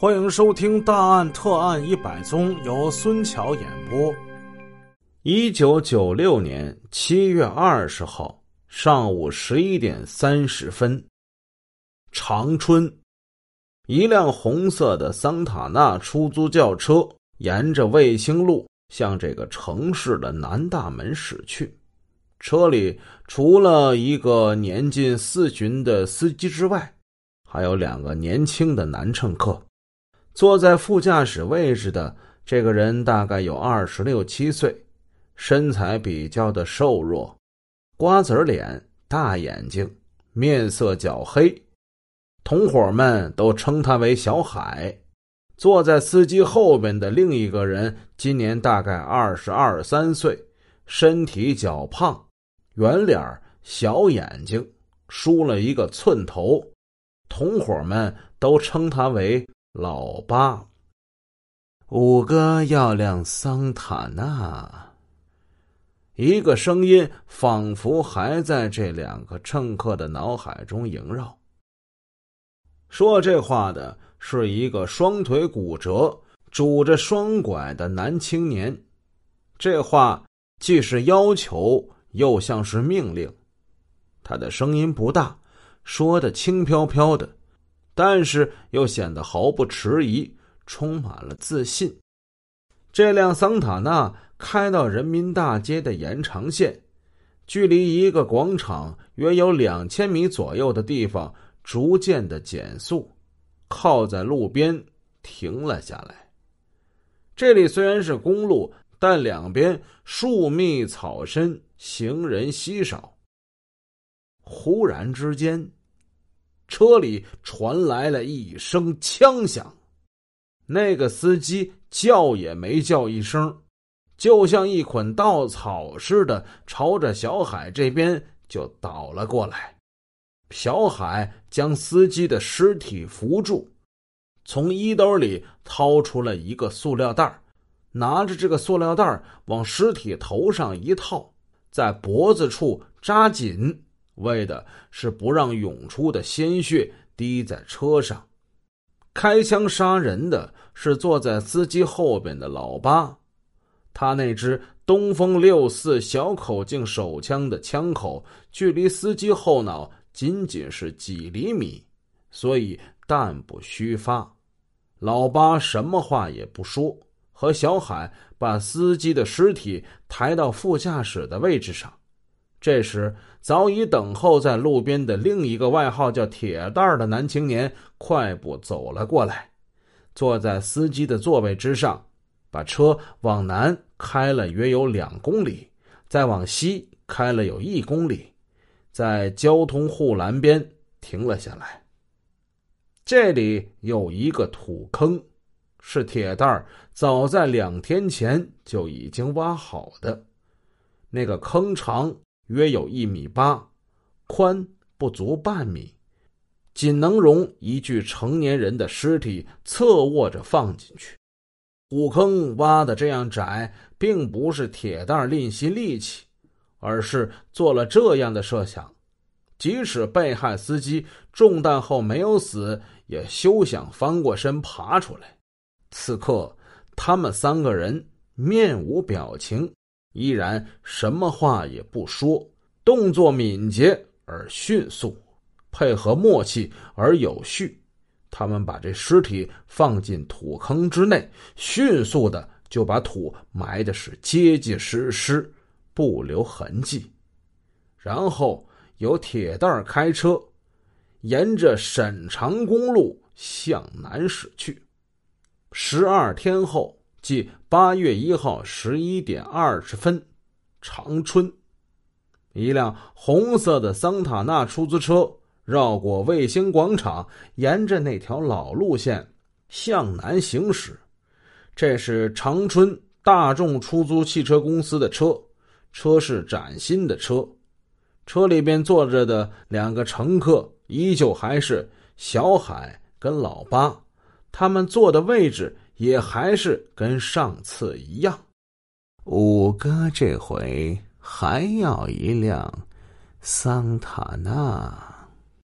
欢迎收听《大案特案100宗》，由孙桥演播。1996年7月20号上午11点30分，长春，一辆红色的桑塔纳出租轿车沿着卫星路向这个城市的南大门驶去。车里除了一个年近40的司机之外，还有2个年轻的男乘客。坐在副驾驶位置的这个人大概有26、7岁，身材比较的瘦弱，瓜子脸，大眼睛，面色较黑。同伙们都称他为小海。坐在司机后边的另一个人今年大概22、23岁，身体较胖，圆脸，小眼睛，梳了一个寸头。同伙们都称他为老八。5个要辆桑塔纳。一个声音仿佛还在这2个乘客的脑海中萦绕。说这话的是一个双腿骨折、拄着双拐的男青年。这话既是要求，又像是命令。他的声音不大，说得轻飘飘的，但是又显得毫不迟疑，充满了自信。这辆桑塔纳开到人民大街的延长线，距离一个广场约有2000米左右的地方逐渐的减速，靠在路边停了下来。这里虽然是公路，但两边树密草深，行人稀少。忽然之间，车里传来了一声枪响，那个司机叫也没叫一声，就像一捆稻草似的朝着小海这边就倒了过来。小海将司机的尸体扶住，从衣兜里掏出了一个塑料袋，拿着这个塑料袋往尸体头上一套，在脖子处扎紧，为的是不让涌出的鲜血滴在车上。开枪杀人的是坐在司机后边的老八，他那支东风64小口径手枪的枪口距离司机后脑仅仅是几厘米，所以弹不虚发。老八什么话也不说，和小海把司机的尸体抬到副驾驶的位置上。这时早已等候在路边的另一个外号叫铁蛋的男青年快步走了过来，坐在司机的座位之上，把车往南开了约有2公里，再往西开了有1公里，在交通护栏边停了下来。这里有一个土坑，是铁蛋早在2天前就已经挖好的。那个坑长约有1.8米，宽不足半米，仅能容一具成年人的尸体侧卧着放进去。土坑挖的这样窄，并不是铁蛋吝惜力气，而是做了这样的设想：即使被害司机中弹后没有死，也休想翻过身爬出来。此刻他们3个人面无表情，依然什么话也不说，动作敏捷而迅速，配合默契而有序。他们把这尸体放进土坑之内，迅速的就把土埋的是结结实实，不留痕迹。然后由铁蛋开车沿着沈长公路向南驶去。12天后，即8月1号11点20分，长春，一辆红色的桑塔纳出租车绕过卫星广场，沿着那条老路线向南行驶。这是长春大众出租汽车公司的车，车是崭新的车。车里边坐着的2个乘客依旧还是小海跟老八，他们坐的位置也还是跟上次一样。5哥这回还要一辆桑塔纳。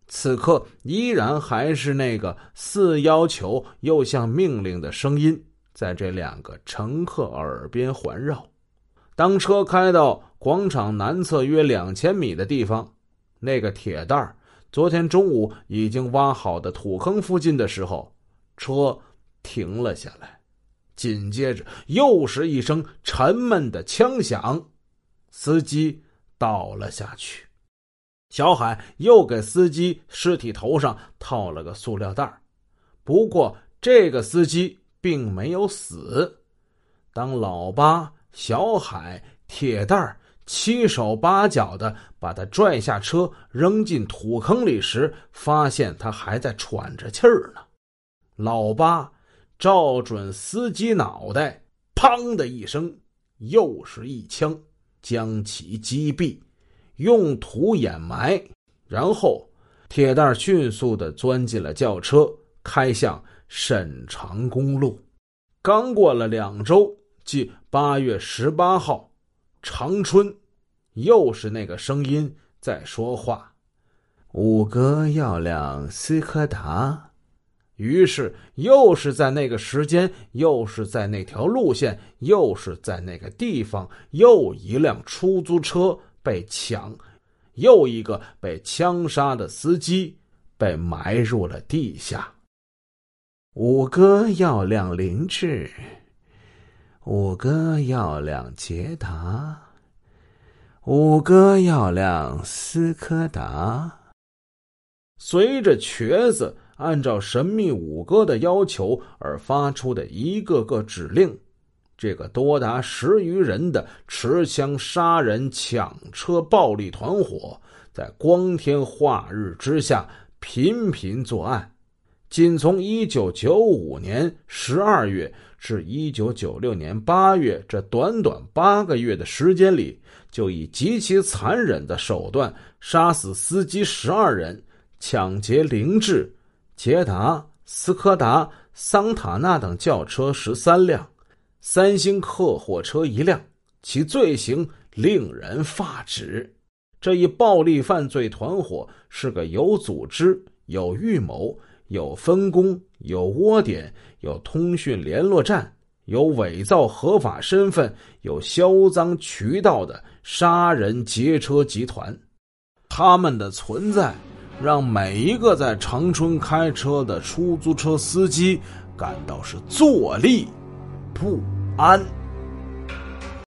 此刻依然还是那个似要求又像命令的声音在这两个乘客耳边环绕。当车开到广场南侧约2000米的地方，那个铁蛋昨天中午已经挖好的土坑附近的时候，车停了下来，紧接着又是一声沉闷的枪响，司机倒了下去。小海又给司机尸体头上套了个塑料袋，不过这个司机并没有死。当老八、小海、铁蛋七手八脚的把他拽下车扔进土坑里时，发现他还在喘着气儿呢。老八照准司机脑袋，砰的一声，又是一枪将其击毙，用土掩埋。然后铁蛋迅速地钻进了轿车，开向沈长公路。刚过了2周，即8月18号，长春又是那个声音在说话：5个药量斯柯达。于是又是在那个时间，又是在那条路线，又是在那个地方，又一辆出租车被抢，又一个被枪杀的司机被埋入了地下。5个药量灵智，5个药量捷达，5个药量斯柯达。随着瘸子按照神秘五哥的要求而发出的一个个指令，这个多达10余人的持枪杀人抢车暴力团伙在光天化日之下频频作案。仅从1995年12月至1996年8月这短短8个月的时间里，就以极其残忍的手段杀死司机12人，抢劫凌志、捷达、斯柯达、桑塔纳等轿车13辆，3星客货车1辆，其罪行令人发指。这一暴力犯罪团伙是个有组织、有预谋、有分工、有窝点、有通讯联络站、有伪造合法身份、有销赃渠道的杀人劫车集团。他们的存在让每一个在长春开车的出租车司机感到是坐立不安。